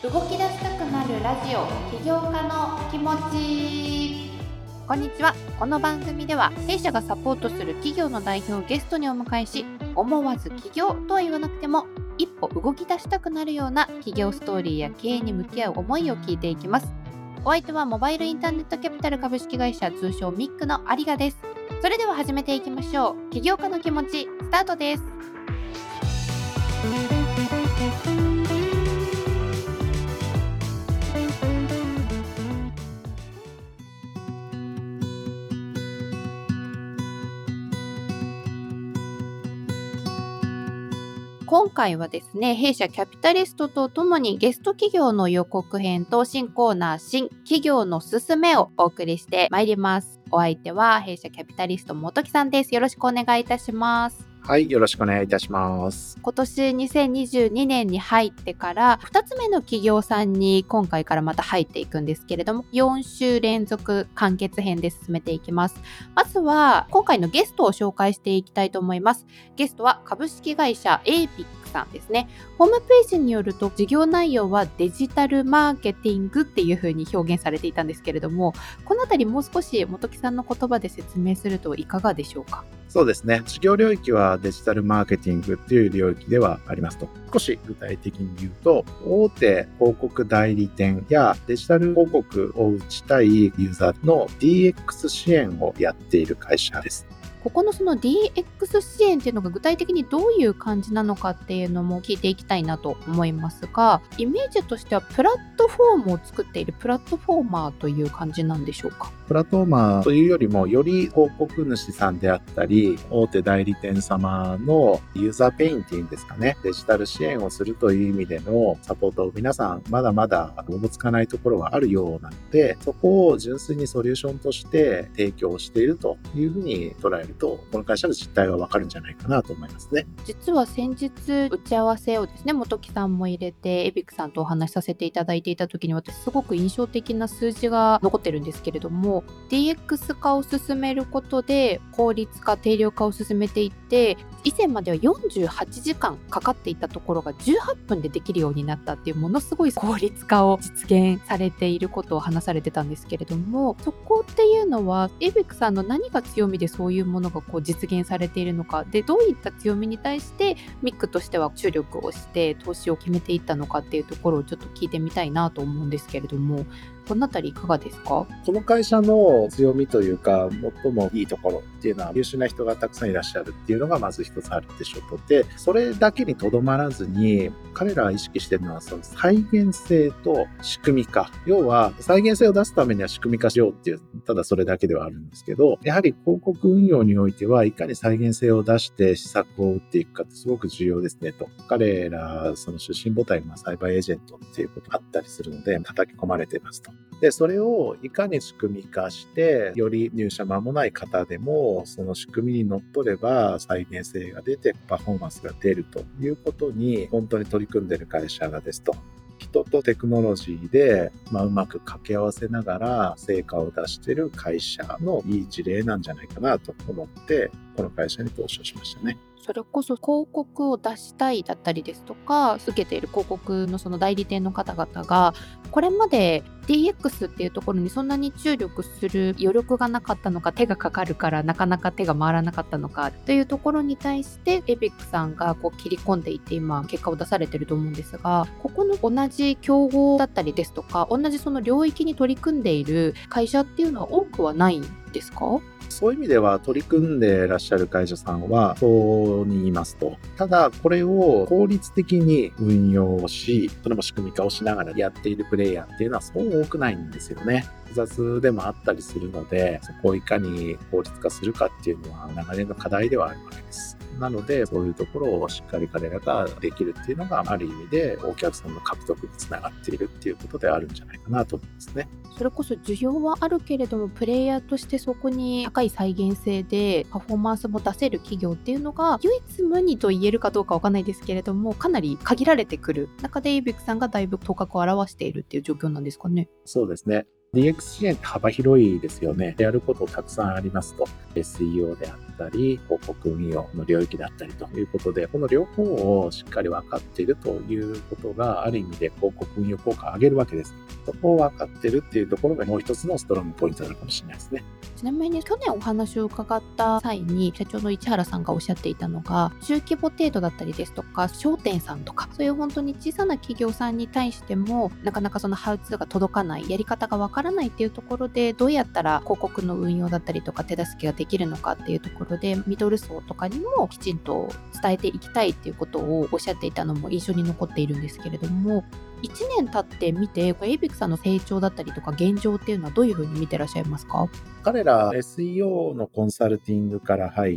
動き出したくなるラジオ、起業家の気持ち。こんにちは。この番組では弊社がサポートする企業の代表をゲストにお迎えし、思わず起業とは言わなくても一歩動き出したくなるような企業ストーリーや経営に向き合う思いを聞いていきます。お相手はモバイルインターネットキャピタル株式会社、通称ミックの有賀です。それでは始めていきましょう。起業家の気持ちスタートです。今回はですね、弊社キャピタリストとともにゲスト企業の予告編と新コーナー、新企業のすすめをお送りしてまいります。お相手は弊社キャピタリスト本木さんです。よろしくお願いいたします。 はい、よろしくお願いいたします。 今年2022年に入ってから2つ目の企業さんに今回からまた入っていくんですけれども、4週連続完結編で進めていきます。まずは今回のゲストを紹介していきたいと思います。ゲストは株式会社エーピックさんですね。ホームページによると事業内容はデジタルマーケティングっていう風に表現されていたんですけれども、このあたりもう少し本木さんの言葉で説明するといかがでしょうか？ そうですね。事業領域はデジタルマーケティングっていう領域ではありますと。少し具体的に言うと、大手広告代理店やデジタル広告を打ちたいユーザーの DX 支援をやっている会社です。 ここのその DX 支援っていうのが具体的にどういう感じなのかっていうのも聞いていきたいなと思いますが、イメージとしてはプラットフォームを作っているプラットフォーマーという感じなんでしょうか？ プラットフォーマーというよりも、より広告主さんであったり、大手代理店様のユーザーペインっていうんですかね、デジタル支援をするという意味でのサポートを皆さんまだまだおぼつかないところはあるようなので、そこを純粋にソリューションとして提供しているというふうに捉えると、この会社の実態がわかるんじゃないかなと思いますね。 実は先日打ち合わせをですね、本木さんも入れてエビックさんとお話しさせていただいていた時に、私すごく印象的な数字が残ってるんですけれども、DX 化を進めることで効率化、定量化を進めていって、以前までは48時間かかっていたところが18分でできるようになったっていう、ものすごい効率化を実現されていることを話されてたんですけれども、そこっていうのはエビックさんの何が強みでそういうものが実現されているのかで、どういった強みに対してミックとしては注力をして投資を決めていったのかっていうところをちょっと聞いてみたいなと思うんですけれども、このあたりいかがですか？ この会社の強みというか、最もいいところっていうのは、優秀な人がたくさんいらっしゃるっていうのがまず一つあるでしょうと。で、それだけにとどまらずに、彼らが意識しているのはその再現性と仕組み化。要は、再現性を出すためには仕組み化しようっていう、ただそれだけではあるんですけど、やはり広告運用においては、いかに再現性を出して施策を打っていくかってすごく重要ですねと。彼ら、その出身母体がサイバーエージェントっていうことがあったりするので、叩き込まれていますと。で、それをいかに仕組み化して、より入社間もない方でも、その仕組みにのっとれば再現性が出て、パフォーマンスが出るということに、本当に取り組んでいる会社ですと。人とテクノロジーで、うまく掛け合わせながら成果を出している会社のいい事例なんじゃないかなと思って、この会社に投資をしましたね。 それこそ広告を出したいだったりですとか、受けている広告のその代理店の方々がこれまで DX っていうところにそんなに注力する余力がなかったのか、手がかかるからなかなか手が回らなかったのかというところに対してエビックさんが切り込んでいって今結果を出されてると思うんですが、ここの同じ競合だったりですとか、同じその領域に取り組んでいる会社っていうのは多くはないんですか？ そういう意味では取り組んでいらっしゃる会社さんはそうに言いますと。ただこれを効率的に運用し、それも仕組み化をしながらやっているプレイヤーっていうのはそう多くないんですよね。複雑でもあったりするので、そこをいかに効率化するかっていうのは長年の課題ではあるわけです。なので、そういうところをしっかり彼らができるっていうのが、ある意味でお客さんの獲得につながっているっていうことであるんじゃないかなと思いますね。 それこそ需要はあるけれども、プレイヤーとしてそこに高い再現性でパフォーマンスも出せる企業っていうのが唯一無二と言えるかどうかわかんないですけれども、かなり限られてくる中でイビックさんがだいぶ頭角を現しているっていう状況なんですかね。 そうですね。 DX 支援って幅広いですよね。やることたくさんありますと。SEO であったり、広告運用の領域だったりということで、この両方をしっかり分かっているということが、ある意味で広告運用効果を上げるわけです。そこを分かってるっていうところがもう一つのストロングポイントなのかもしれないですね。 ちなみに去年お話を伺った際に社長の市原さんがおっしゃっていたのが、中規模程度だったりですとか商店さんとかそういう本当に小さな企業さんに対してもなかなかそのハウツーが届かない、やり方がわからないっていうところで、どうやったら広告の運用だったりとか手助けができるのかっていうところで、ミドル層とかにもきちんと伝えていきたいっていうことをおっしゃっていたのも印象に残っているんですけれども、1年経ってみてエイビックさんの成長だったりとか現状っていうのはどういうふうに見てらっしゃいますか？ 彼ら SEO のコンサルティングから入って、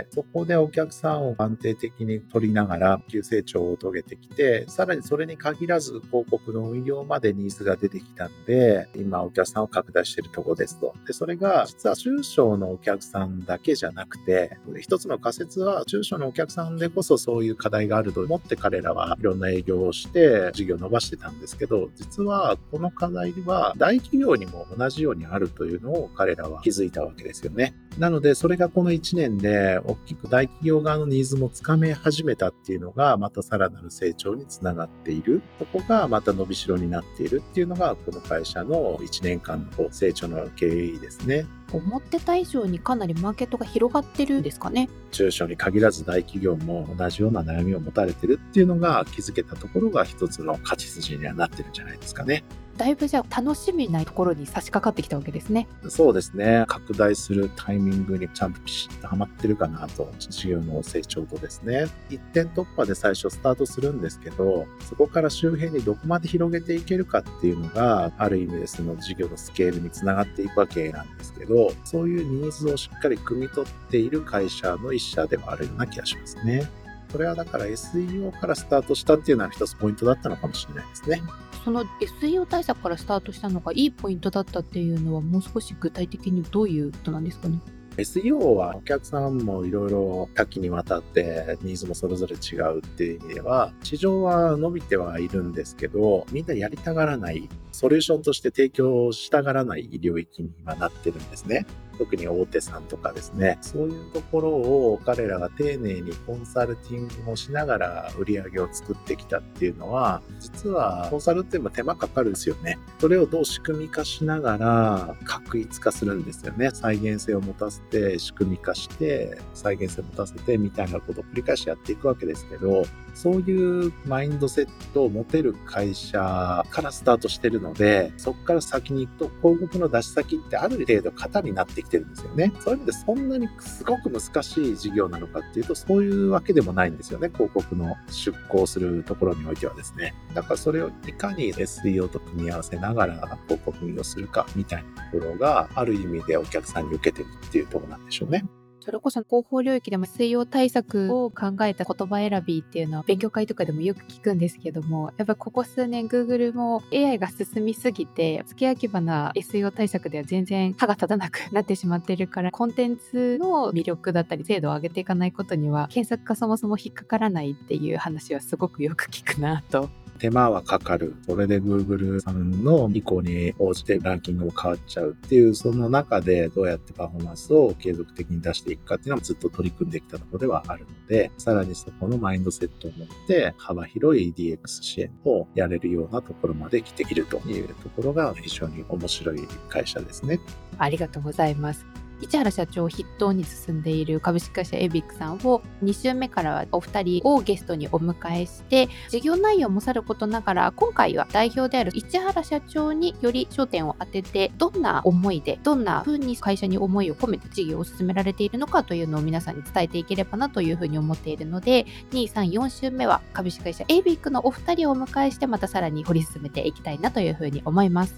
そこでお客さんを安定的に取りながら急成長を遂げてきて、さらにそれに限らず広告の運用までニーズが出てきたので、今お客さんを拡大しているところですと。で、それが実は中小のお客さんだけじゃなくて、一つの仮説は中小のお客さんでこそそういう課題があると思って彼らはいろんな営業をして事業を伸ばしてたんですけど、実はこの課題は大企業にも同じようにあるというのを彼らは気づいたわけですよね。なのでそれがこの1年で大きく大企業側のニーズもつかめ始めたっていうのがまたさらなる成長につながっている。そこがまた伸びしろになっているっていうのがこの会社の1年間の成長の経緯ですね。 思ってた以上にかなりマーケットが広がってるんですかね。 中小に限らず大企業も同じような悩みを持たれてるっていうのが気づけたところが一つの勝ち筋にはなってるんじゃないですかね。 だいぶじゃあ楽しみなところに差し掛かってきたわけですね。 そうですね。拡大するタイミングにちゃんとピシッとはまってるかなと、事業の成長とですね。一点突破で最初スタートするんですけど、そこから周辺にどこまで広げていけるかっていうのが、ある意味でその事業のスケールにつながっていくわけなんですけど、そういうニーズをしっかり汲み取っている会社の一社でもあるような気がしますね。これはだから SEO からスタートしたっていうのは一つポイントだったのかもしれないですね。 その SEO 対策からスタートしたのがいいポイントだったっていうのはもう少し具体的にどういうことなんですかね。 SEO はお客さんもいろいろ多岐にわたってニーズもそれぞれ違うっていう意味では市場は伸びてはいるんですけど、みんなやりたがらないソリューションとして提供したがらない領域にはなってるんですね。特に大手さんとかですね、そういうところを彼らが丁寧にコンサルティングもしながら売り上げを作ってきたっていうのは、実はコンサルって手間かかるんですよね。それをどう仕組み化しながら確一化するんですよね。再現性を持たせて仕組み化して再現性を持たせてみたいなことを繰り返しやっていくわけですけど、そういうマインドセットを持てる会社からスタートしてるので、そこから先に行くと広告の出し先ってある程度型になってきてるんですよね。そういう意味でそんなにすごく難しい事業なのかっていうと、そういうわけでもないんですよね。広告の出稿するところにおいてはですね。だからそれをいかに SEO と組み合わせながら広告運用するかみたいなところがある意味でお客さんに受けてるっていうところなんでしょうね。 それこそ広報領域でも SEO 対策を考えた言葉選びっていうのは勉強会とかでもよく聞くんですけども、やっぱりここ数年 Google も AI が進みすぎて付け焼き場な SEO 対策では全然歯が立たなくなってしまってるから、コンテンツの魅力だったり精度を上げていかないことには検索がそもそも引っかからないっていう話はすごくよく聞くなと。 手間はかかる。それで Google さんの意向に応じてランキングも変わっちゃうっていう、その中でどうやってパフォーマンスを継続的に出していくかっていうのはずっと取り組んできたところではあるので、さらにそこのマインドセットを持って幅広い DX 支援をやれるようなところまで来ているというところが非常に面白い会社ですね。 ありがとうございます。市原社長を筆頭に進んでいる株式会社エビックさんを2週目からはお二人をゲストにお迎えして事業内容もさることながら、今回は代表である市原社長により焦点を当てて、どんな思いでどんな風に会社に思いを込めて事業を進められているのかというのを皆さんに伝えていければなというふうに思っているので、2、3、4週目は株式会社エビックのお二人をお迎えしてまたさらに掘り進めていきたいなというふうに思います。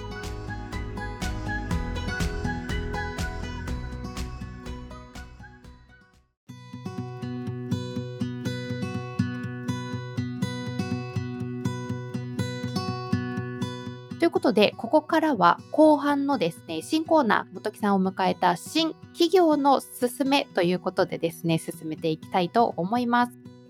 ということで、ここからは後半のですね、新コーナー、本木さんを迎えた新企業のすすめということでですね、進めていきたいと思います。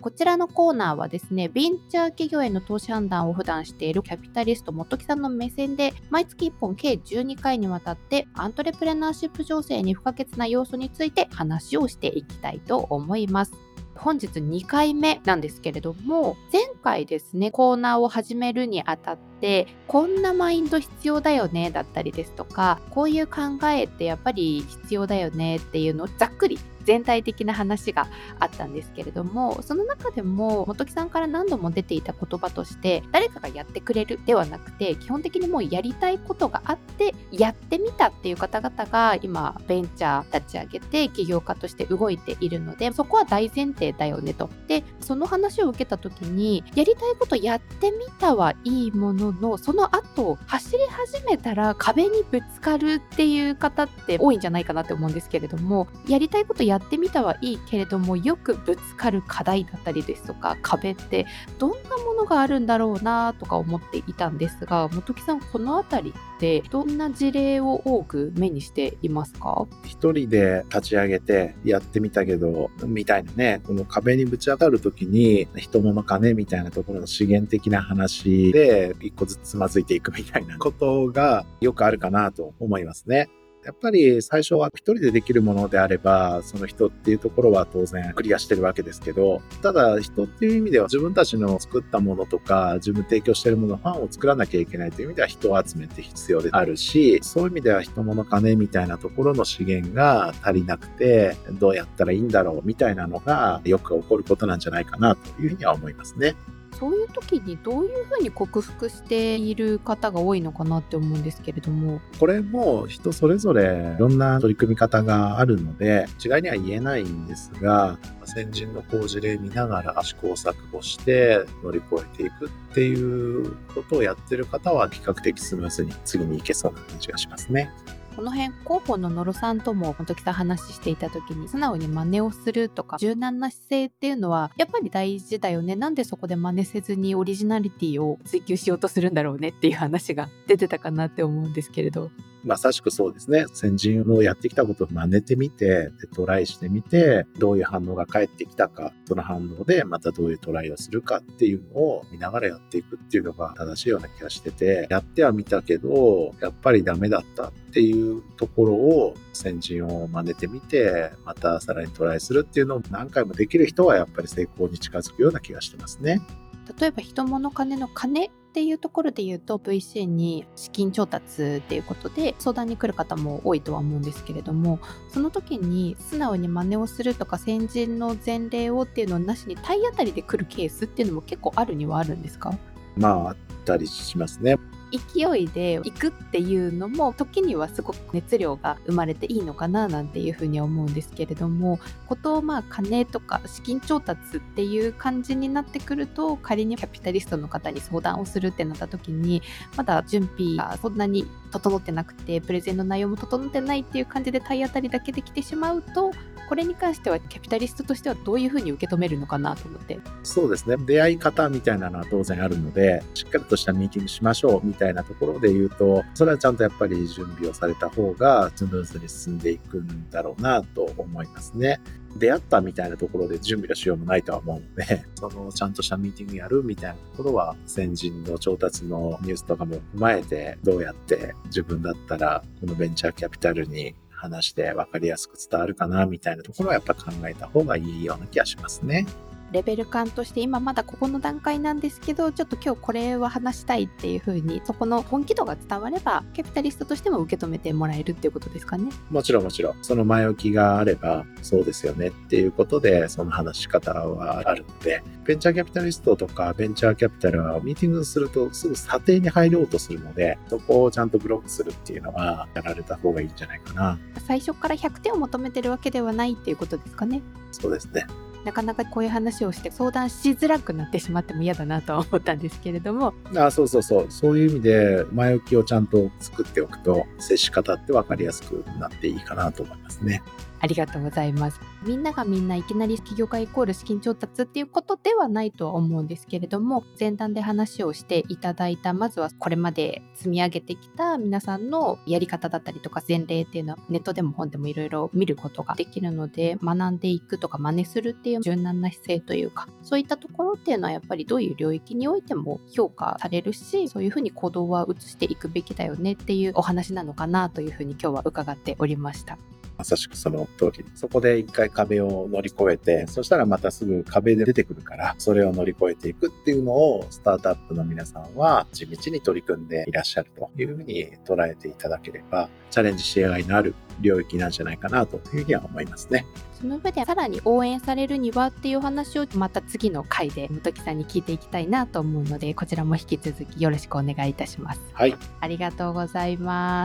こちらのコーナーはですね、ベンチャー企業への投資判断を普段しているキャピタリスト元木さんの目線で、毎月1本計12回にわたってアントレプレナーシップ情勢に不可欠な要素について話をしていきたいと思います。本日2回目なんですけれども、前回ですね、コーナーを始めるにあたってこんなマインド必要だよねだったりですとか、こういう考えってやっぱり必要だよねっていうのをざっくり全体的な話があったんですけれども、その中でも元木さんから何度も出ていた言葉として、誰かがやってくれるではなくて、基本的にもうやりたいことがあってやってみたっていう方々が今ベンチャー立ち上げて起業家として動いているので、そこは大前提だよねと。でその話を受けた時に、やりたいことやってみたはいいものの、その後走り始めたら壁にぶつかるっていう方って多いんじゃないかなって思うんですけれども、やりたいことやってみたはいいけれども、よくぶつかる課題だったりですとか壁ってどんなものがあるんだろうなとか思っていたんですが、元木さんこのあたりってどんな事例を多く目にしていますか？ 一人で立ち上げてやってみたけどみたいなね、この壁にぶち当たるときに人物金みたいなところの資源的な話で一個ずつつまずいていくみたいなことがよくあるかなと思いますね。やっぱり最初は一人でできるものであれば、その人っていうところは当然クリアしてるわけですけど、ただ人っていう意味では自分たちの作ったものとか自分提供してるもの、ファンを作らなきゃいけないという意味では人を集めて必要であるし、そういう意味では人物金みたいなところの資源が足りなくて、どうやったらいいんだろうみたいなのがよく起こることなんじゃないかなというふうには思いますね。 そういう時にどういうふうに克服している方が多いのかなって思うんですけれども。 これも人それぞれいろんな取り組み方があるので一概には言えないんですが、先人の好事例見ながら試行錯誤して乗り越えていくっていうことをやってる方は比較的スムーズに次に行けそうな感じがしますね。 この辺広報の野呂さんとも元木さん話していた時に、素直に真似をするとか柔軟な姿勢っていうのはやっぱり大事だよね、なんでそこで真似せずにオリジナリティを追求しようとするんだろうねっていう話が出てたかなって思うんですけれど。 まさしくそうですね。先人のやってきたことを真似てみて、でトライしてみて、どういう反応が返ってきたか、その反応でまたどういうトライをするかっていうのを見ながらやっていくっていうのが正しいような気がしてて、やってはみたけどやっぱりダメだったっていうところを先人を真似てみて、またさらにトライするっていうのを何回もできる人はやっぱり成功に近づくような気がしてますね。 例えば人物金の金っていうところで言うと、 VC に資金調達っていうことで相談に来る方も多いとは思うんですけれども、その時に素直に真似をするとか先人の前例をっていうのをなしに体当たりで来るケースっていうのも結構あるにはあるんですか？ あったりしますね。 勢いで行くっていうのも時にはすごく熱量が生まれていいのかななんていうふうには思うんですけれども、ことを金とか資金調達っていう感じになってくると、仮にキャピタリストの方に相談をするってなった時に、まだ準備がそんなに整ってなくてプレゼンの内容も整ってないっていう感じで体当たりだけできてしまうと、これに関してはキャピタリストとしてはどういうふうに受け止めるのかなと思って。 そうですね。出会い方みたいなのは当然あるので、しっかりとしたミーティングしましょうみたいなところで言うと、それはちゃんとやっぱり準備をされた方がスムーズに進んでいくんだろうなと思いますね。出会ったみたいなところで準備のしようもないとは思うので、そのちゃんとしたミーティングやるみたいなところは先人の調達のニュースとかも踏まえて、どうやって自分だったらこのベンチャーキャピタルに話して分かりやすく伝わるかなみたいなところはやっぱ考えた方がいいような気がしますね。 レベル感として今まだここの段階なんですけど、ちょっと今日これは話したいっていう風に、そこの本気度が伝わればキャピタリストとしても受け止めてもらえるっていうことですかね。 もちろんその前置きがあればそうですよねっていうことで、その話し方はあるので、ベンチャーキャピタリストとかベンチャーキャピタルはミーティングするとすぐ査定に入ろうとするので、そこをちゃんとブロックするっていうのはやられた方がいいんじゃないかな。 最初から100点を求めてるわけではないっていうことですかね。 そうですね。 なかなかこういう話をして相談しづらくなってしまっても嫌だなとは思ったんですけれども。 そういう意味で前置きをちゃんと作っておくと接し方って分かりやすくなっていいかなと思いますね。 ありがとうございます。みんながみんないきなり起業家イコール資金調達っていうことではないとは思うんですけれども、前段で話をしていただいた、まずはこれまで積み上げてきた皆さんのやり方だったりとか前例っていうのはネットでも本でもいろいろ見ることができるので、学んでいくとか真似するっていう柔軟な姿勢というか、そういったところっていうのはやっぱりどういう領域においても評価されるし、そういうふうに行動は移していくべきだよねっていうお話なのかなというふうに今日は伺っておりました。 まさしくその通り。そこで一回壁を乗り越えて、そしたらまたすぐ壁で出てくるから、それを乗り越えていくっていうのを、スタートアップの皆さんは地道に取り組んでいらっしゃるというふうに捉えていただければ、チャレンジしがいのある領域なんじゃないかなというふうには思いますね。 その上でさらに応援されるにはっていう話をまた次の回で本木さんに聞いていきたいなと思うので、こちらも引き続きよろしくお願いいたします。 はい。 ありがとうございます。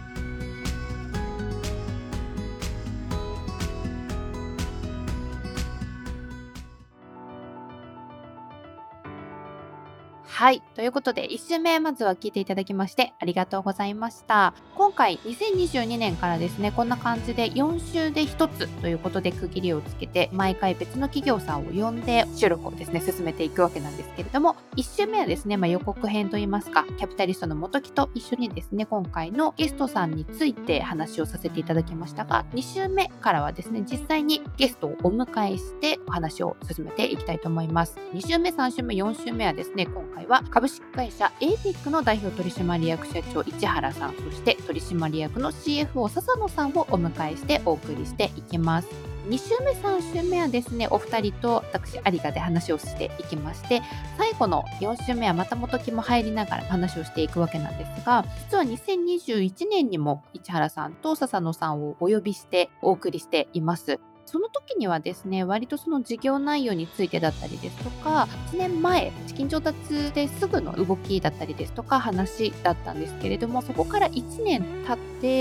はい。ということで、1週目まずは聞いていただきましてありがとうございました。今回、2022年からですね、こんな感じで4週で1つということで区切りをつけて、毎回別の企業さんを呼んで収録をですね、進めていくわけなんですけれども、1週目はですね、予告編といいますか、キャピタリストの元木と一緒にですね、今回のゲストさんについて話をさせていただきましたが、2週目からはですね、実際にゲストをお迎えしてお話を進めていきたいと思います。2週目、3週目、4週目はですね、今回は株式会社 ATIC の代表取締役社長市原さん、そして取締役の CFO 笹野さんをお迎えしてお送りしていきます。2週目3週目はですね、お二人と私有賀で話をしていきまして、最後の4週目はまた元木も入りながら話をしていくわけなんですが、実は2021年にも市原さんと笹野さんをお呼びしてお送りしています。その時にはですね、割とその事業内容についてだったりですとか、1年前、資金調達ですぐの動きだったりですとか話だったんですけれども、そこから1年経って、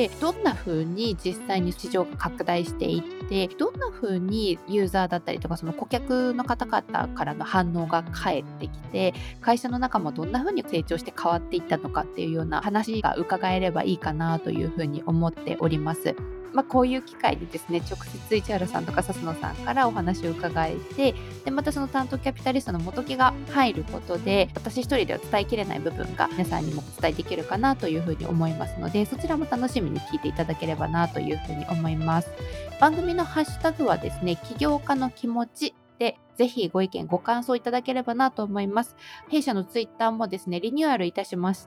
どんな風に実際に市場が拡大していって、どんな風にユーザーだったりとか、その顧客の方々からの反応が返ってきて、会社の中もどんな風に成長して変わっていったのかっていうような話が伺えればいいかなという風に思っております。こういう機会でですね、直接市原さんとか笹野さんからお話を伺えて、でまたその担当キャピタリストの元木が入ることで、私一人では伝えきれない部分が皆さんにもお伝えできるかなというふうに思いますので、そちらも楽しみに聞いていただければなというふうに思います。番組のハッシュタグはですね、起業家の気持ちで、ぜひご意見ご感想いただければなと思います。弊社のツイッターもですね、リニューアルいたしまして、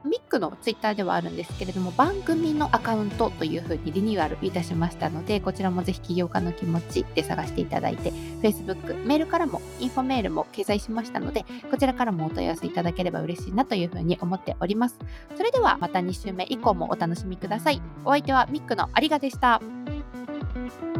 ミックのツイッターではあるんですけれども、番組のアカウントというふうにリニューアルいたしましたので、こちらもぜひ起業家の気持ちで探していただいて、Facebook、メールからもインフォメールも掲載しましたので、こちらからもお問い合わせいただければ嬉しいなというふうに思っております。それではまた2週目以降もお楽しみください。お相手はミックの有賀でした。